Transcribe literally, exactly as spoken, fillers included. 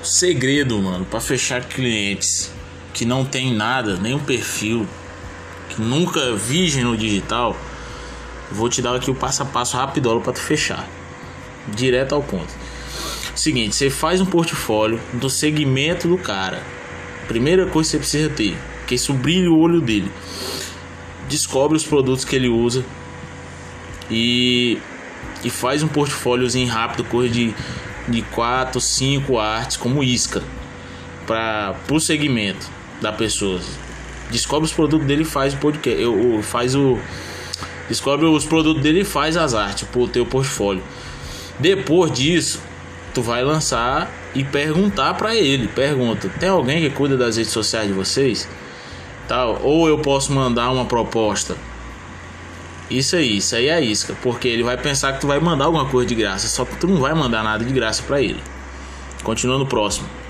segredo, mano, pra fechar clientes que não tem nada, nenhum perfil, que nunca vigem no digital. Vou te dar aqui o passo a passo rapidolo pra tu fechar, direto ao ponto. Seguinte, você faz um portfólio do segmento do cara. Primeira coisa que você precisa ter, que isso brilha o olho dele. Descobre os produtos que ele usa e, e faz um portfóliozinho rápido, coisa de, de quatro, cinco artes como isca para o segmento da pessoa. Descobre os produtos dele e faz o podcast, eu, faz o descobre os produtos dele e faz as artes pro teu portfólio. Depois disso, tu vai lançar e perguntar para ele, pergunta: tem alguém que cuida das redes sociais de vocês? Tal, ou eu posso mandar uma proposta. Isso aí, isso aí é a isca, porque ele vai pensar que tu vai mandar alguma coisa de graça, só que tu não vai mandar nada de graça para ele. Continua no próximo.